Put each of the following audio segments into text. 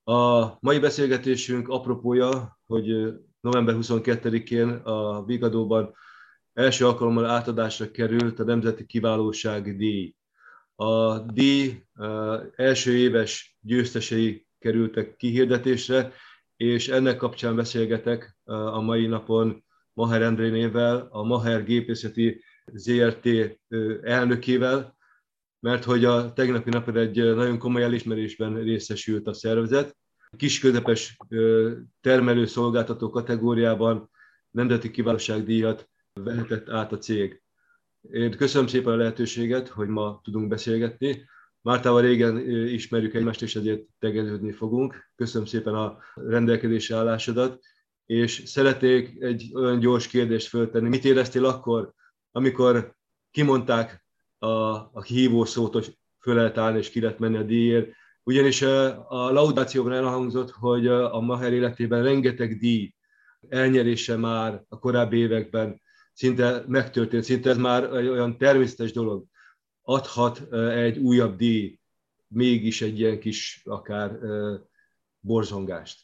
A mai beszélgetésünk apropója, hogy november 22-én a Vigadóban első alkalommal átadásra került a Nemzeti Kiválóság díj. A díj első éves győztesei kerültek kihirdetésre, és ennek kapcsán beszélgetek a mai napon Maher Endrénével, a Maher Gépészeti ZRT elnökével, mert hogy a tegnapi napon egy nagyon komoly elismerésben részesült a szervezet. Kisközepes termelő-szolgáltató kategóriában nemzeti kiválóságdíjat vehetett át a cég. Én köszönöm szépen a lehetőséget, hogy ma tudunk beszélgetni. Mártával régen ismerjük egymást, és ezért tegeződni fogunk. Köszönöm szépen a rendelkezésre állásodat, és szeretnék egy olyan gyors kérdést föltenni. Mit éreztél akkor, amikor kimondták a hívó szót, hogy föl lehet állni és ki lehet menni a díjért? Ugyanis a laudációban elhangzott, hogy a Maher életében rengeteg díj elnyerése már a korábbi években szinte megtörtént, szinte ez már olyan természetes dolog. Adhat egy újabb díj mégis egy ilyen kis akár borzongást?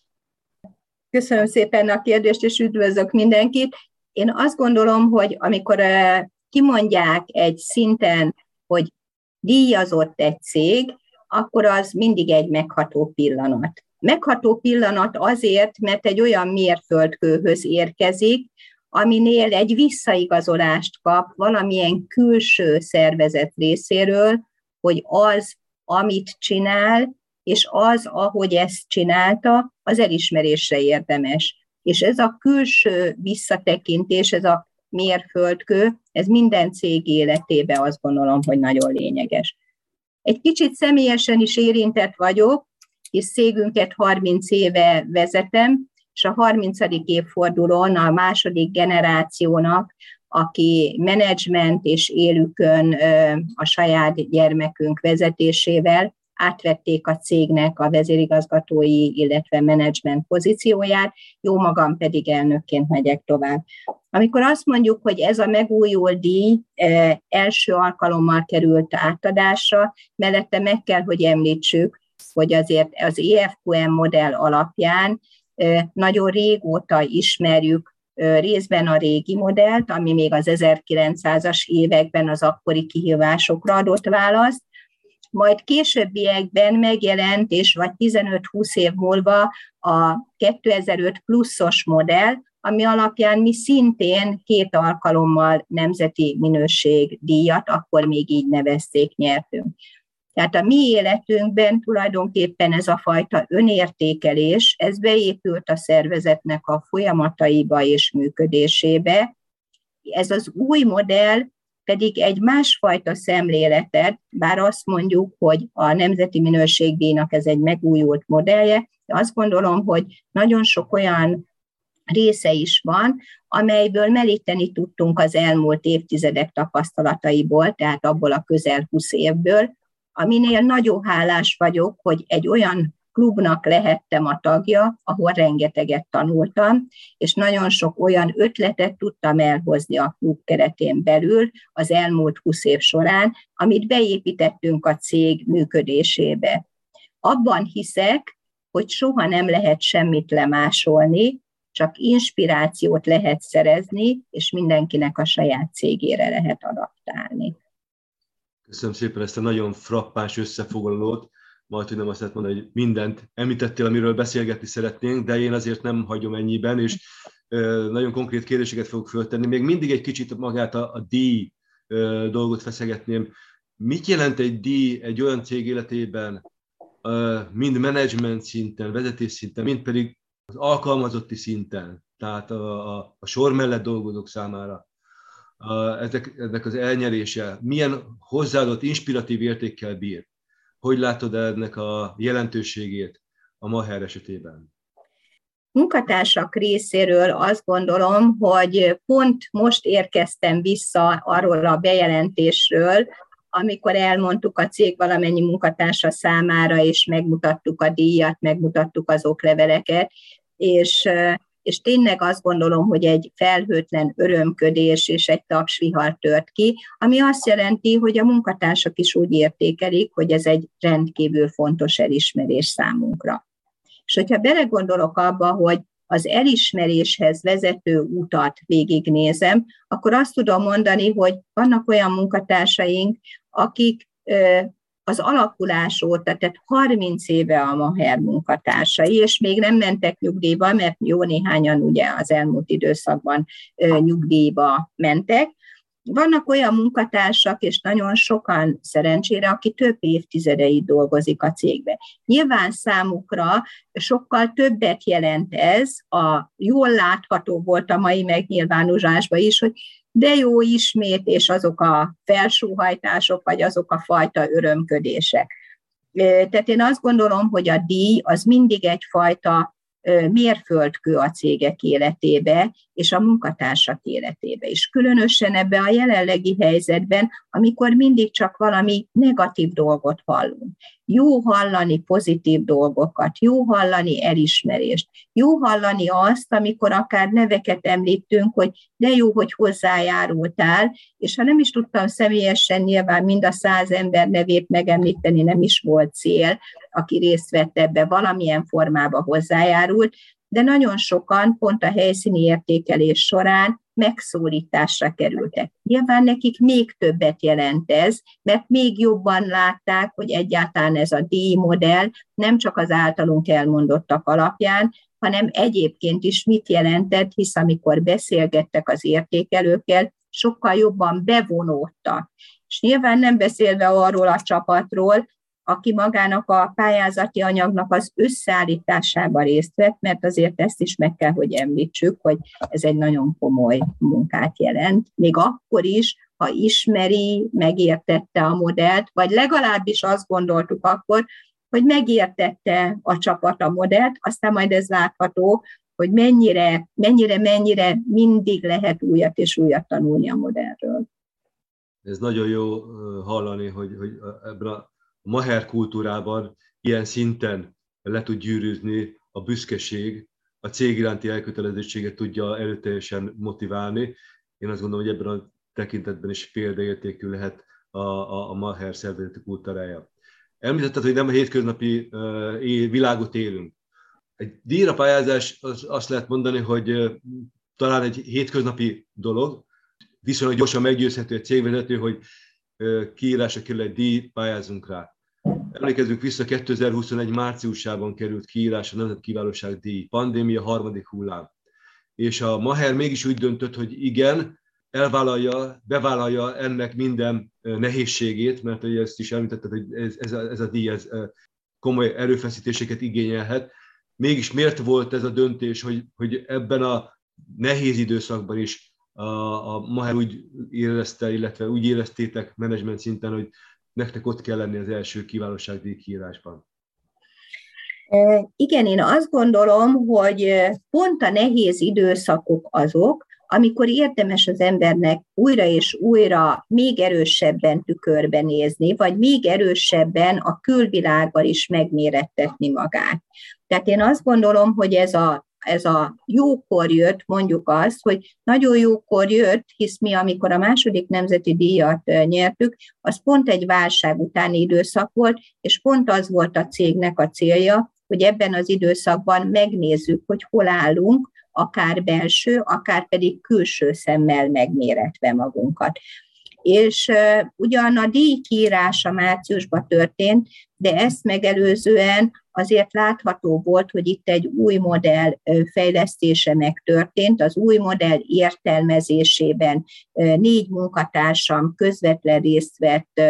Köszönöm szépen a kérdést, és üdvözlök mindenkit. Én azt gondolom, hogy amikor kimondják egy szinten, hogy díjazott egy cég, akkor az mindig egy megható pillanat. Megható pillanat azért, mert egy olyan mérföldkőhöz érkezik, aminél egy visszaigazolást kap valamilyen külső szervezet részéről, hogy az, amit csinál, és az, ahogy ezt csinálta, az elismerésre érdemes. És ez a külső visszatekintés, ez a mérföldkő, ez minden cég életében azt gondolom, hogy nagyon lényeges. Egy kicsit személyesen is érintett vagyok, és cégünket 30 éve vezetem, és a 30. évfordulón a második generációnak, aki menedzsment és élükön a saját gyermekünk vezetésével átvették a cégnek a vezérigazgatói, illetve menedzsment pozícióját, jó magam pedig elnökként megyek tovább. Amikor azt mondjuk, hogy ez a megújul díj első alkalommal került átadásra, mellette meg kell, hogy említsük, hogy azért az EFQM modell alapján nagyon régóta ismerjük részben a régi modellt, ami még az 1900-as években az akkori kihívásokra adott választ, majd későbbiekben megjelent, és vagy 15-20 év múlva a 2005 pluszos modell, ami alapján mi szintén 2 alkalommal nemzeti minőségdíjat, akkor még így nevezték, nyertünk. Tehát a mi életünkben tulajdonképpen ez a fajta önértékelés, ez beépült a szervezetnek a folyamataiba és működésébe. Ez az új modell pedig egy másfajta szemléletet, bár azt mondjuk, hogy a nemzeti minőségdíjnak ez egy megújult modellje, de azt gondolom, hogy nagyon sok olyan része is van, amelyből meríteni tudtunk az elmúlt évtizedek tapasztalataiból, tehát abból a közel 20 évből, aminél nagyon hálás vagyok, hogy egy olyan klubnak lehettem a tagja, ahol rengeteget tanultam, és nagyon sok olyan ötletet tudtam elhozni a klub keretén belül az elmúlt 20 év során, amit beépítettünk a cég működésébe. Abban hiszek, hogy soha nem lehet semmit lemásolni, csak inspirációt lehet szerezni, és mindenkinek a saját cégére lehet adaptálni. Köszönöm szépen ezt a nagyon frappáns összefoglalót. Majd tudnám azt lehet mondani, hogy mindent említettél, amiről beszélgetni szeretnénk, de én azért nem hagyom ennyiben, és nagyon konkrét kérdéseket fogok föltenni. Még mindig egy kicsit magát a díj dolgot feszegetném. Mit jelent egy díj egy olyan cég életében, mind menedzsment szinten, vezetés szinten, mind pedig az alkalmazotti szinten, tehát a sor mellett dolgozók számára? Ennek az elnyerése milyen hozzáadott, inspiratív értékkel bír? Hogy látod ennek a jelentőségét a Maher esetében? Munkatársak részéről azt gondolom, hogy pont most érkeztem vissza arról a bejelentésről, amikor elmondtuk a cég valamennyi munkatársa számára, és megmutattuk a díjat, megmutattuk az okleveleket, és tényleg azt gondolom, hogy egy felhőtlen örömködés és egy tapsvihar tört ki, ami azt jelenti, hogy a munkatársak is úgy értékelik, hogy ez egy rendkívül fontos elismerés számunkra. És hogyha belegondolok abba, hogy az elismeréshez vezető utat végignézem, akkor azt tudom mondani, hogy vannak olyan munkatársaink, akik az alakulás óta, tehát 30 éve a Maher munkatársai, és még nem mentek nyugdíjba, mert jó néhányan ugye az elmúlt időszakban nyugdíjba mentek. Vannak olyan munkatársak, és nagyon sokan szerencsére, aki több évtizedeit dolgozik a cégbe. Nyilván számukra sokkal többet jelent ez, jól látható volt a mai megnyilvánulásban is, hogy de jó ismét, és azok a felsóhajtások, vagy azok a fajta örömködések. Tehát én azt gondolom, hogy a díj az mindig egyfajta mérföldkő a cégek életébe, és a munkatársak életébe is. Különösen ebbe a jelenlegi helyzetben, amikor mindig csak valami negatív dolgot hallunk. Jó hallani pozitív dolgokat, jó hallani elismerést, jó hallani azt, amikor akár neveket említünk, hogy de jó, hogy hozzájárultál, és ha nem is tudtam személyesen nyilván mind a 100 ember nevét megemlíteni, nem is volt cél, aki részt vett ebbe, valamilyen formában hozzájárult, de nagyon sokan pont a helyszíni értékelés során megszólításra kerültek. Nyilván nekik még többet jelent ez, mert még jobban látták, hogy egyáltalán ez a díjmodell nem csak az általunk elmondottak alapján, hanem egyébként is mit jelentett, hisz amikor beszélgettek az értékelőkkel, sokkal jobban bevonódtak. És nyilván nem beszélve arról a csapatról, aki magának a pályázati anyagnak az összeállításában részt vett, mert azért ezt is meg kell, hogy említsük, hogy ez egy nagyon komoly munkát jelent. Még akkor is, ha ismeri, megértette a modellt, vagy legalábbis azt gondoltuk akkor, hogy megértette a csapat a modellt, aztán majd ez látható, hogy mennyire mindig lehet újat és újat tanulni a modellről. Ez nagyon jó hallani, hogy ebben a Maher kultúrában ilyen szinten le tud gyűrűzni a büszkeség, a cég iránti elkötelezettséget tudja erőteljesen motiválni. Én azt gondolom, hogy ebben a tekintetben is példaértékű lehet a Maher szervezeti kultúrája. Említetted, hogy nem a hétköznapi világot élünk. Egy díjra pályázás, azt lehet mondani, hogy talán egy hétköznapi dolog, viszonylag gyorsan meggyőzhető egy cégvezető, hogy kiírásra kerül egy díj, pályázunk rá. Emlékezzünk vissza, 2021 márciusában került kiírásra a Nemzeti Kiválóság díj, pandémia harmadik hullám. És a Maher mégis úgy döntött, hogy igen, bevállalja ennek minden nehézségét, mert ezt is említetted, hogy ez a díj ez komoly erőfeszítéseket igényelhet. Mégis miért volt ez a döntés, hogy ebben a nehéz időszakban is a Maher úgy érezte, illetve úgy éreztétek menedzsment szinten, hogy nektek ott kell lenni az első kiválóságdíj kiírásban? Igen, én azt gondolom, hogy pont a nehéz időszakok azok, amikor érdemes az embernek újra és újra még erősebben tükörbe nézni, vagy még erősebben a külvilággal is megmérettetni magát. Tehát én azt gondolom, hogy ez a jókor jött, mondjuk azt, hogy nagyon jókor jött, hisz mi, amikor a második nemzeti díjat nyertük, az pont egy válság utáni időszak volt, és pont az volt a cégnek a célja, hogy ebben az időszakban megnézzük, hogy hol állunk, akár belső, akár pedig külső szemmel megméretve magunkat. És ugyan a díj kiírása márciusban történt, de ezt megelőzően azért látható volt, hogy itt egy új modell fejlesztése megtörtént. Az új modell értelmezésében 4 munkatársam közvetlen részt vett,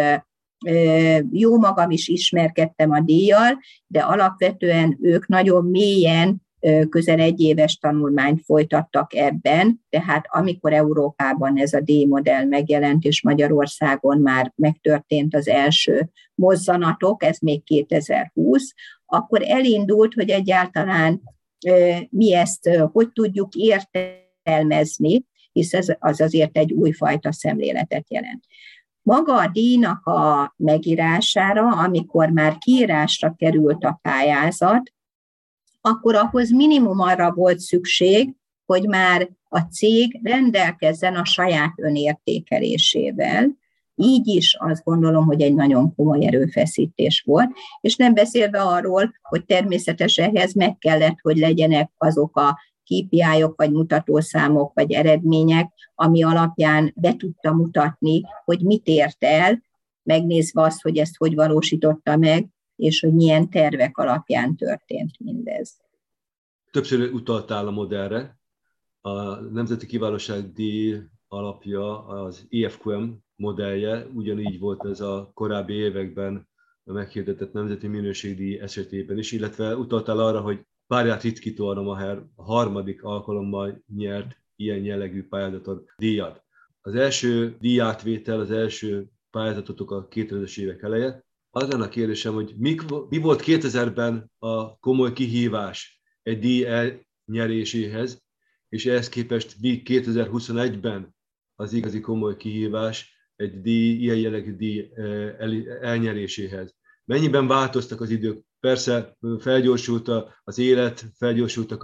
jó magam is ismerkedtem a díjjal, de alapvetően ők nagyon mélyen közel 1 éves tanulmányt folytattak ebben, tehát amikor Európában ez a díjmodell megjelent, és Magyarországon már megtörtént az első mozzanatok, ez még 2020, akkor elindult, hogy egyáltalán mi ezt hogy tudjuk értelmezni, hisz ez az azért egy újfajta szemléletet jelent. Maga a díjnak a megírására, amikor már kiírásra került a pályázat, akkor ahhoz minimum arra volt szükség, hogy már a cég rendelkezzen a saját önértékelésével, így is azt gondolom, hogy egy nagyon komoly erőfeszítés volt, és nem beszélve arról, hogy természetesen ehhez meg kellett, hogy legyenek azok a KPI-ok, vagy mutatószámok, vagy eredmények, ami alapján be tudta mutatni, hogy mit ért el, megnézve azt, hogy ezt hogy valósította meg, és hogy milyen tervek alapján történt mindez. Többször utaltál a modellre. A Nemzeti Kiválóságdíj alapja az EFQM modellje, ugyanígy volt ez a korábbi években meghirdetett Nemzeti Minőségdíj esetében is, illetve utaltál arra, hogy Párját Ritkító Aramaher a harmadik alkalommal nyert ilyen jellegű pályázaton díjat. Az első díjátvétel, az első pályázatotok a 2000-es évek eleje. Az lenne a kérdésem, hogy mi volt 2000-ben a komoly kihívás egy díj elnyeréséhez, és ehhez képest mi 2021-ben az igazi komoly kihívás egy ilyen jellegű díj elnyeréséhez. Mennyiben változtak az idők? Persze felgyorsult az élet, felgyorsultak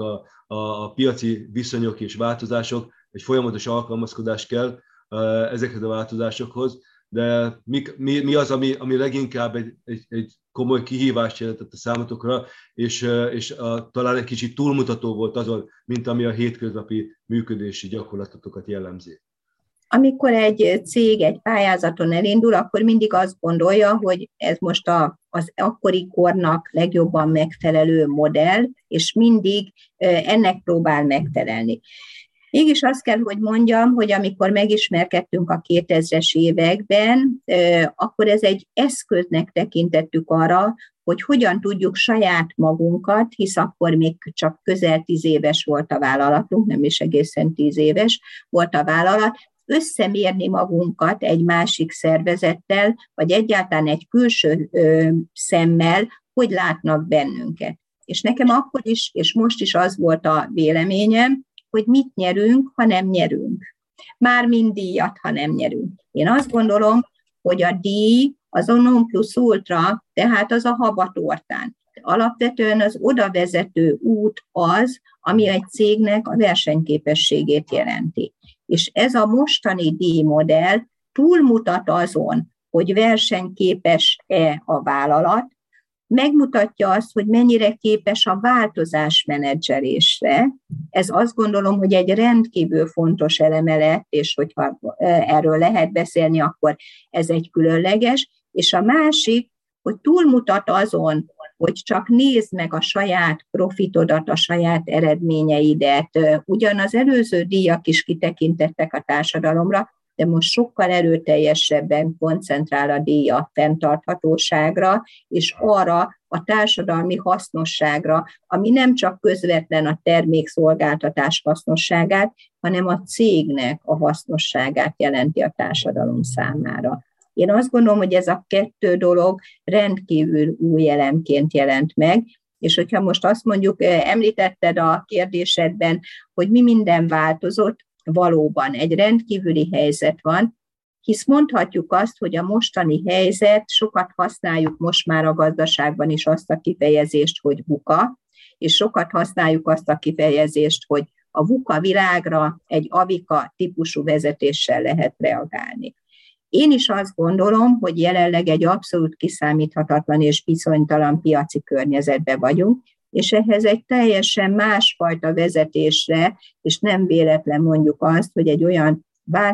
a piaci viszonyok és változások, egy folyamatos alkalmazkodás kell ezekhez a változásokhoz, de mi az, ami leginkább egy komoly kihívást jelentett a számotokra, és talán egy kicsit túlmutató volt azon, mint ami a hétköznapi működési gyakorlatokat jellemzi? Amikor egy cég egy pályázaton elindul, akkor mindig azt gondolja, hogy ez most az akkori kornak legjobban megfelelő modell, és mindig ennek próbál megfelelni. Mégis azt kell, hogy mondjam, hogy amikor megismerkedtünk a 2000-es években, akkor ez egy eszköznek tekintettük arra, hogy hogyan tudjuk saját magunkat, hisz akkor még csak közel 10 éves volt a vállalatunk, nem is egészen 10 éves volt a vállalat, összemérni magunkat egy másik szervezettel, vagy egyáltalán egy külső szemmel, hogy látnak bennünket. És nekem akkor is, és most is az volt a véleményem, hogy mit nyerünk, ha nem nyerünk. Mármint díjat, ha nem nyerünk. Én azt gondolom, hogy a díj az a non plus ultra, tehát az a habatortán. Alapvetően az oda vezető út az, ami egy cégnek a versenyképességét jelenti. És ez a mostani díjmodell túlmutat azon, hogy versenyképes-e a vállalat, megmutatja azt, hogy mennyire képes a változás menedzselésre. Ez azt gondolom, hogy egy rendkívül fontos eleme lett, és hogyha erről lehet beszélni, akkor ez egy különleges. És a másik, hogy túlmutat azon, hogy csak nézd meg a saját profitodat, a saját eredményeidet. Ugyan az előző díjak is kitekintettek a társadalomra, de most sokkal erőteljesebben koncentrál a díj a fenntarthatóságra, és arra a társadalmi hasznosságra, ami nem csak közvetlen a termékszolgáltatás hasznosságát, hanem a cégnek a hasznosságát jelenti a társadalom számára. Én azt gondolom, hogy ez a kettő dolog rendkívül új elemként jelent meg, és hogyha most azt mondjuk, említetted a kérdésedben, hogy mi minden változott, valóban egy rendkívüli helyzet van, hisz mondhatjuk azt, hogy a mostani helyzet, sokat használjuk most már a gazdaságban is azt a kifejezést, hogy VUCA, és sokat használjuk azt a kifejezést, hogy a VUCA világra egy AVICA típusú vezetéssel lehet reagálni. Én is azt gondolom, hogy jelenleg egy abszolút kiszámíthatatlan és bizonytalan piaci környezetben vagyunk, és ehhez egy teljesen másfajta vezetésre, és nem véletlen mondjuk azt, hogy egy olyan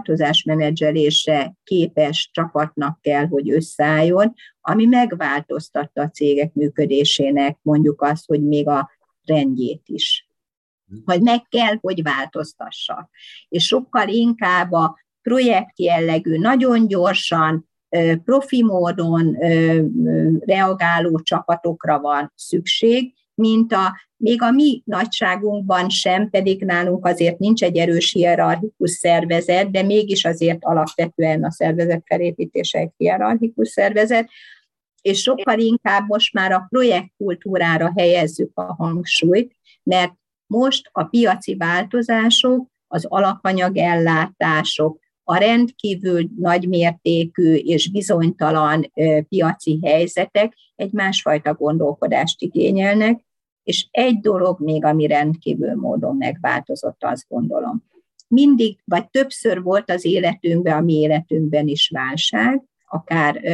változásmenedzselésre képes csapatnak kell, hogy összeálljon, ami megváltoztatta a cégek működésének mondjuk azt, hogy még a rendjét is. Vagy meg kell, hogy változtassa. És sokkal inkább a projektjellegű, nagyon gyorsan, profi módon reagáló csapatokra van szükség, mint még a mi nagyságunkban sem, pedig nálunk azért nincs egy erős hierarchikus szervezet, de mégis azért alapvetően a szervezet felépítése egy hierarchikus szervezet, és sokkal inkább most már a projektkultúrára helyezzük a hangsúlyt, mert most a piaci változások, az alapanyagellátások, a rendkívül nagymértékű és bizonytalan piaci helyzetek egy másfajta gondolkodást igényelnek, és egy dolog még, ami rendkívül módon megváltozott, azt gondolom. mindig, vagy többször volt az életünkben, a mi életünkben is válság, akár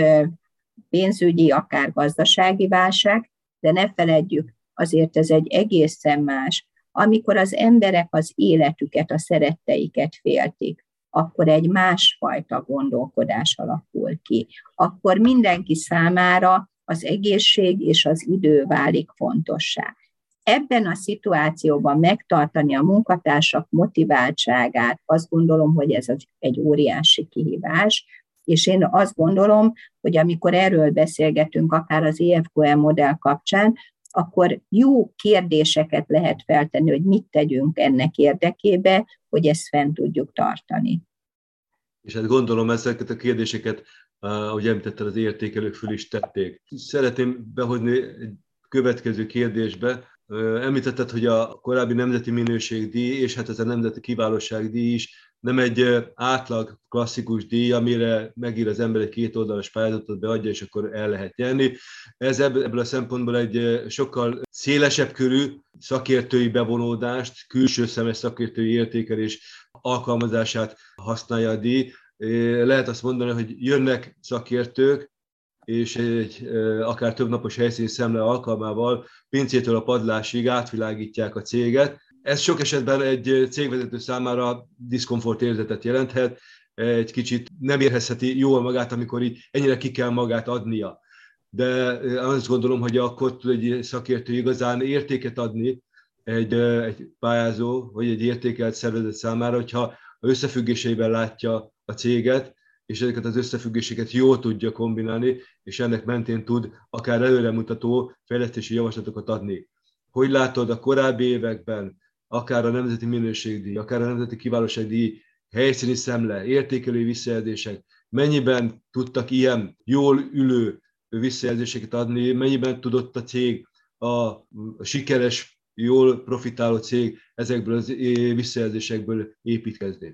pénzügyi, akár gazdasági válság, de ne feledjük, azért ez egy egészen más. Amikor az emberek az életüket, a szeretteiket féltik, akkor egy másfajta gondolkodás alakul ki. Akkor mindenki számára az egészség és az idő válik fontossá. Ebben a szituációban megtartani a munkatársak motiváltságát, azt gondolom, hogy ez egy óriási kihívás, és én azt gondolom, hogy amikor erről beszélgetünk, akár az EFQM modell kapcsán, akkor jó kérdéseket lehet feltenni, hogy mit tegyünk ennek érdekébe, hogy ezt fent tudjuk tartani. És hát gondolom ezeket a kérdéseket, ahogy említetted, az értékelők föl is tették. Szeretném behozni egy következő kérdésbe. Említetted, hogy a korábbi nemzeti minőségdíj, és hát ez a nemzeti kiválóságdíj is nem egy átlag klasszikus díj, amire megír az ember egy kétoldalas pályázatot, beadja, és akkor el lehet nyerni. Ez ebből a szempontból egy sokkal szélesebb körű szakértői bevonódást, külső szemes szakértői értékelés alkalmazását használja a díj. Lehet azt mondani, hogy jönnek szakértők, és egy akár több napos helyszíni szemle alkalmával pincétől a padlásig átvilágítják a céget. Ez sok esetben egy cégvezető számára diszkomfortérzetet jelenthet, egy kicsit nem érezheti jól magát, amikor így ennyire ki kell magát adnia. De azt gondolom, hogy akkor tud egy szakértő igazán értéket adni egy pályázó, vagy egy értékelt szervezet számára, hogyha összefüggéseiben látja a céget, és ezeket az összefüggéseket jól tudja kombinálni, és ennek mentén tud akár előremutató fejlesztési javaslatokat adni. Hogy látod a korábbi években, akár a Nemzeti Minőségdíj, akár a Nemzeti Kiválóságdíj helyszíni szemle, értékelő visszajelzések, mennyiben tudtak ilyen jól ülő visszajelzéseket adni, mennyiben tudott a cég, a sikeres, jól profitáló cég ezekből az visszajelzésekből építkezni?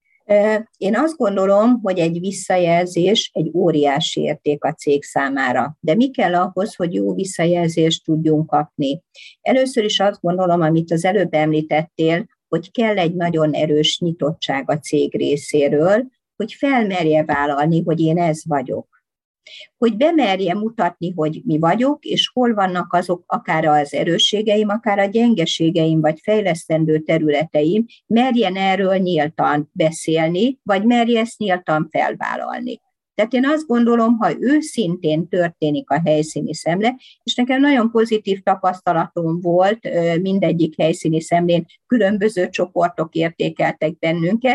Én azt gondolom, hogy egy visszajelzés egy óriási érték a cég számára. De mi kell ahhoz, hogy jó visszajelzést tudjunk kapni? Először is azt gondolom, amit az előbb említettél, hogy kell egy nagyon erős nyitottság a cég részéről, hogy felmerje vállalni, hogy én ez vagyok. Hogy bemerje mutatni, hogy mi vagyok, és hol vannak azok akár az erősségeim, akár a gyengeségeim, vagy fejlesztendő területeim, merjen erről nyíltan beszélni, vagy merje ezt nyíltan felvállalni. Tehát én azt gondolom, ha őszintén történik a helyszíni szemle, és nekem nagyon pozitív tapasztalatom volt, mindegyik helyszíni szemlén különböző csoportok értékeltek bennünket,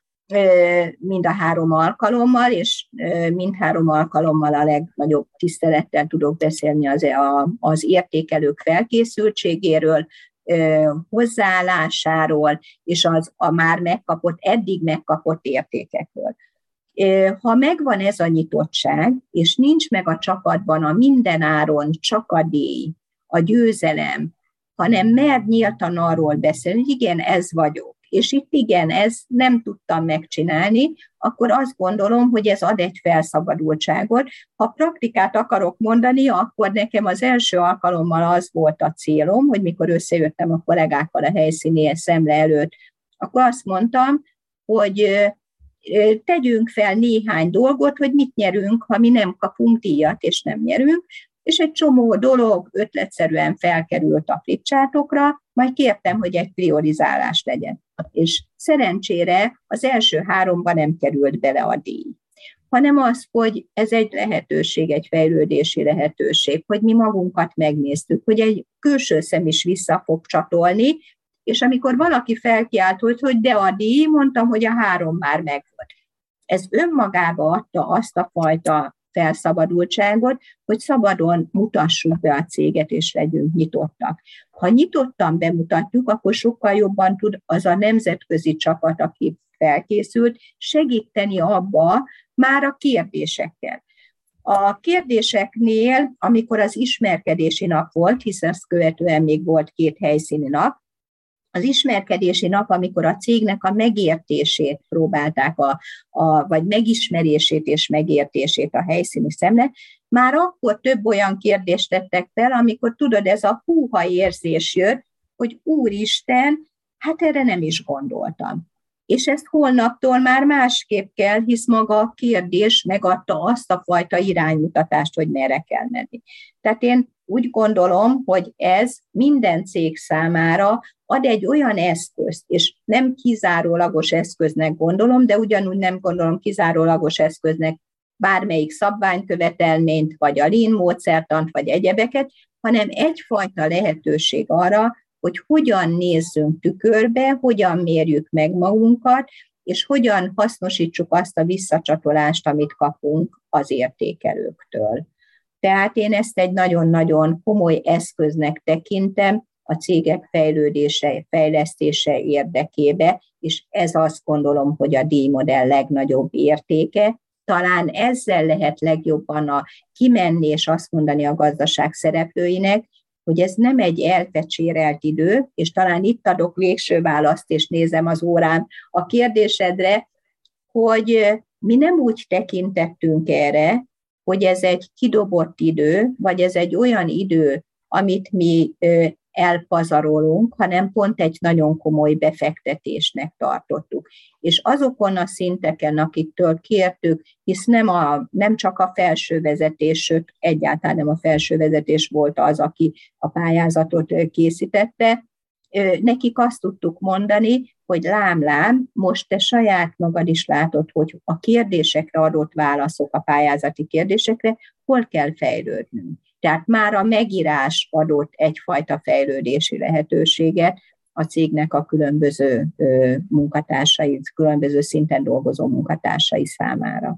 mind a 3 alkalommal, és mindhárom alkalommal a legnagyobb tisztelettel tudok beszélni az értékelők felkészültségéről, hozzáállásáról, és a már megkapott, eddig megkapott értékekről. Ha megvan ez a nyitottság, és nincs meg a csapatban a mindenáron csak a díj, a győzelem, hanem mer nyíltan arról beszélni, hogy igen, ez vagyok, és itt igen, ezt nem tudtam megcsinálni, akkor azt gondolom, hogy ez ad egy felszabadultságot. Ha praktikát akarok mondani, akkor nekem az első alkalommal az volt a célom, hogy mikor összejöttem a kollégákkal a helyszíni szemle előtt, akkor azt mondtam, hogy tegyünk fel néhány dolgot, hogy mit nyerünk, ha mi nem kapunk díjat, és nem nyerünk, és egy csomó dolog ötletszerűen felkerült a flipchartokra, majd kértem, hogy egy priorizálás legyen. És szerencsére az első 3-ban nem került bele a díj, hanem az, hogy ez egy lehetőség, egy fejlődési lehetőség, hogy mi magunkat megnéztük, hogy egy külső szem is vissza fog csatolni, és amikor valaki felkiáltott, hogy de a díj, mondtam, hogy a 3 már megvolt. Ez önmagába adta azt a fajta felszabadultságot, hogy szabadon mutassuk be a céget, és legyünk nyitottak. Ha nyitottan bemutatjuk, akkor sokkal jobban tud az a nemzetközi csapat, aki felkészült, segíteni abba már a kérdésekkel. A kérdéseknél, amikor az ismerkedési nap volt, hiszen ezt követően még volt 2 helyszíni nap, az ismerkedési nap, amikor a cégnek a megértését próbálták, vagy megismerését és megértését a helyszíni szemle, már akkor több olyan kérdést tettek fel, amikor tudod, ez a húha érzés jött, hogy úristen, hát erre nem is gondoltam. És ezt holnaptól már másképp kell, hisz maga a kérdés megadta azt a fajta iránymutatást, hogy merre kell menni. Tehát én úgy gondolom, hogy ez minden cég számára ad egy olyan eszközt, és nem kizárólagos eszköznek gondolom, de ugyanúgy nem gondolom kizárólagos eszköznek bármelyik szabványkövetelményt, vagy a Lean módszertant, vagy egyebeket, hanem egyfajta lehetőség arra, hogy hogyan nézzünk tükörbe, hogyan mérjük meg magunkat, és hogyan hasznosítsuk azt a visszacsatolást, amit kapunk az értékelőktől. Tehát én ezt egy nagyon-nagyon komoly eszköznek tekintem a cégek fejlődése, fejlesztése érdekébe, és ez azt gondolom, hogy a díjmodell legnagyobb értéke. Talán ezzel lehet legjobban kimenni és azt mondani a gazdaság szereplőinek, hogy ez nem egy elfecsérelt idő, és talán itt adok végső választ, és nézem az órám a kérdésedre, hogy mi nem úgy tekintettünk erre, hogy ez egy kidobott idő, vagy ez egy olyan idő, amit mi elpazarolunk, hanem pont egy nagyon komoly befektetésnek tartottuk. És azokon a szinteken, akiktől kértük, hisz nem csak a felső vezetés, sőt, egyáltalán nem a felső vezetés volt az, aki a pályázatot készítette, nekik azt tudtuk mondani, hogy lám, most te saját magad is látod, hogy a kérdésekre adott válaszok, a pályázati kérdésekre, hol kell fejlődnünk. Tehát már a megírás adott egyfajta fejlődési lehetőséget a cégnek a különböző munkatársai, különböző szinten dolgozó munkatársai számára.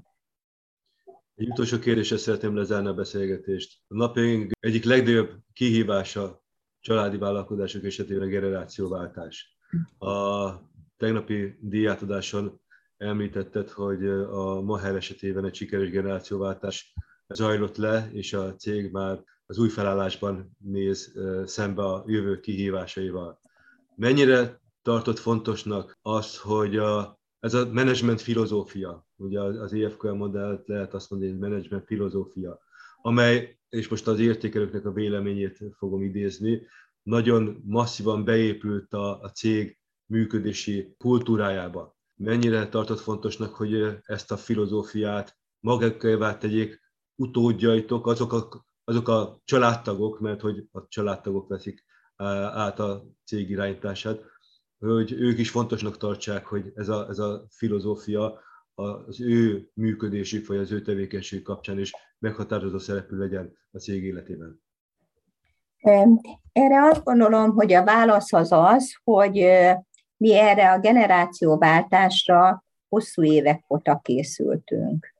Egy utolsó kérdésre szeretném lezárni a beszélgetést. A napjaink egyik legnagyobb kihívása családi vállalkozások esetében a generációváltás. A tegnapi díjátadáson említetted, hogy a Maher esetében egy sikeres generációváltás zajlott le, és a cég már az új felállásban néz szembe a jövő kihívásaival. Mennyire tartott fontosnak az, hogy ez a menedzsment filozófia, ugye az EFQL modellt lehet azt mondani, hogy menedzsment filozófia, amely, és most az értékelőknek a véleményét fogom idézni, nagyon masszívan beépült a cég működési kultúrájába. Mennyire tartott fontosnak, hogy ezt a filozófiát magukévá tegyék utódjaitok, azok a családtagok, mert hogy a családtagok veszik át a cég irányítását, hogy ők is fontosnak tartsák, hogy ez a filozófia az ő működésük vagy az ő tevékenység kapcsán is meghatározó szerepű legyen a cég életében. Erre azt gondolom, hogy a válasz az, hogy mi erre a generációváltásra hosszú évek óta készültünk.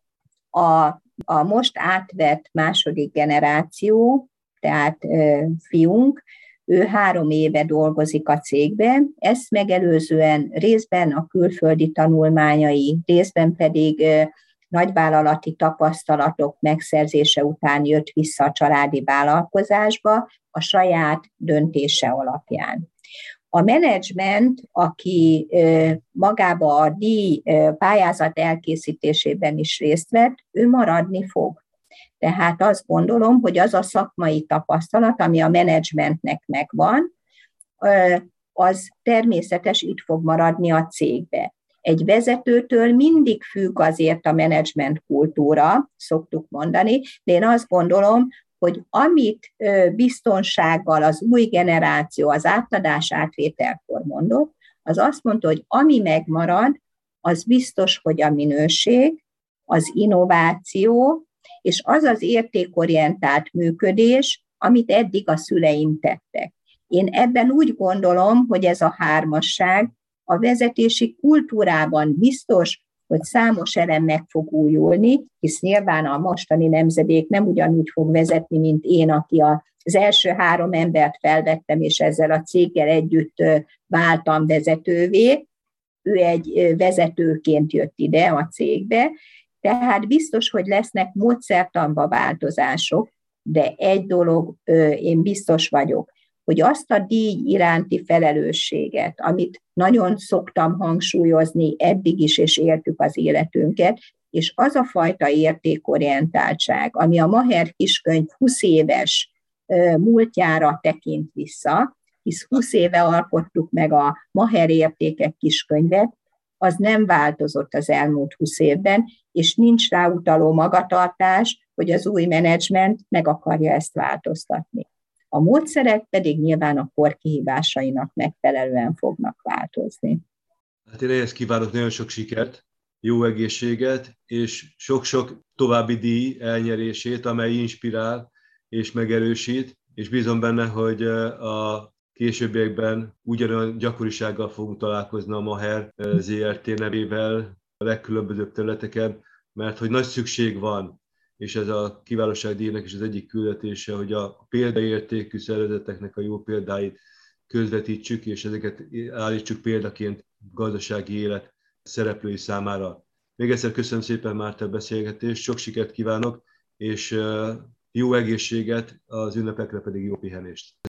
A most átvett második generáció, tehát fiunk, ő 3 éve dolgozik a cégben, ezt megelőzően részben a külföldi tanulmányai, részben pedig nagyvállalati tapasztalatok megszerzése után jött vissza a családi vállalkozásba a saját döntése alapján. A menedzsment, aki magába a díj pályázat elkészítésében is részt vett, ő maradni fog. Tehát azt gondolom, hogy az a szakmai tapasztalat, ami a menedzsmentnek megvan, az természetes, itt fog maradni a cégbe. Egy vezetőtől mindig függ azért a menedzsment kultúra, szoktuk mondani, de én azt gondolom, hogy amit biztonsággal az új generáció az átadás átvételkor mondott, az azt mondta, hogy ami megmarad, az biztos, hogy a minőség, az innováció, és az az értékorientált működés, amit eddig a szüleim tettek. Én ebben úgy gondolom, hogy ez a hármasság a vezetési kultúrában biztos, hogy számos elem meg fog újulni, hisz nyilván a mostani nemzedék nem ugyanúgy fog vezetni, mint én, aki az első 3 embert felvettem, és ezzel a céggel együtt váltam vezetővé. Ő egy vezetőként jött ide a cégbe, tehát biztos, hogy lesznek módszertanba változások, de egy dolog, én biztos vagyok, hogy azt a díj iránti felelősséget, amit nagyon szoktam hangsúlyozni eddig is, és éltük az életünket, és az a fajta értékorientáltság, ami a Maher kiskönyv 20 éves múltjára tekint vissza, hisz 20 éve alkottuk meg a Maher értékek kiskönyvet, az nem változott az elmúlt 20 évben, és nincs rá utaló magatartás, hogy az új menedzsment meg akarja ezt változtatni. A módszerek pedig nyilván a kor kihívásainak megfelelően fognak változni. Hát én ehhez kívánok nagyon sok sikert, jó egészséget, és sok-sok további díj elnyerését, amely inspirál és megerősít, és bízom benne, hogy a későbbiekben ugyanolyan gyakorisággal fogunk találkozni a Maher ZRT nevével a legkülönbözőbb területeken, mert hogy nagy szükség van, és ez a kiválóságdíjnak is az egyik küldetése, hogy a példaértékű szervezeteknek a jó példáit közvetítsük, és ezeket állítsuk példaként gazdasági élet szereplői számára. Még egyszer köszönöm szépen, Márta, a beszélgetést, sok sikert kívánok, és jó egészséget, az ünnepekre pedig jó pihenést.